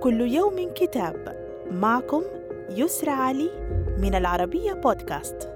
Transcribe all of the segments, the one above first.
كل يوم كتاب. معكم يسرى علي من العربية بودكاست.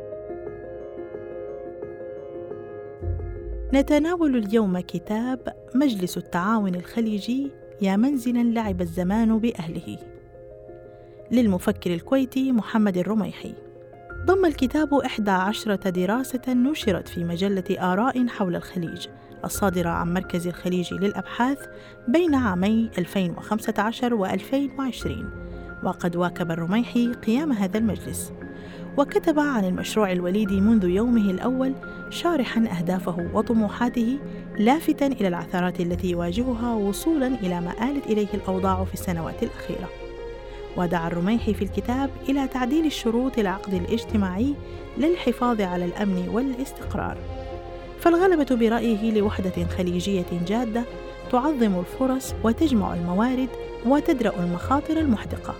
نتناول اليوم كتاب مجلس التعاون الخليجي يا منزلاً لعب الزمان بأهله، للمفكر الكويتي محمد الرميحي. ضم الكتاب 11 دراسة نشرت في مجلة آراء حول الخليج الصادرة عن مركز الخليج للأبحاث بين عامي 2015 و2020، وقد واكب الرميحي قيام هذا المجلس، وكتب عن المشروع الوليدي منذ يومه الأول، شارحاً أهدافه وطموحاته، لافتاً إلى العثرات التي يواجهها وصولاً إلى ما آلت إليه الأوضاع في السنوات الأخيرة. ودعا الرميحي في الكتاب إلى تعديل شروط العقد الاجتماعي للحفاظ على الأمن والاستقرار، فالغلبة برأيه لوحدة خليجية جادة تعظم الفرص وتجمع الموارد وتدرأ المخاطر المحدقة.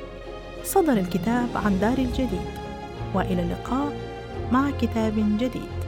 صدر الكتاب عن دار الجديد، وإلى اللقاء مع كتاب جديد.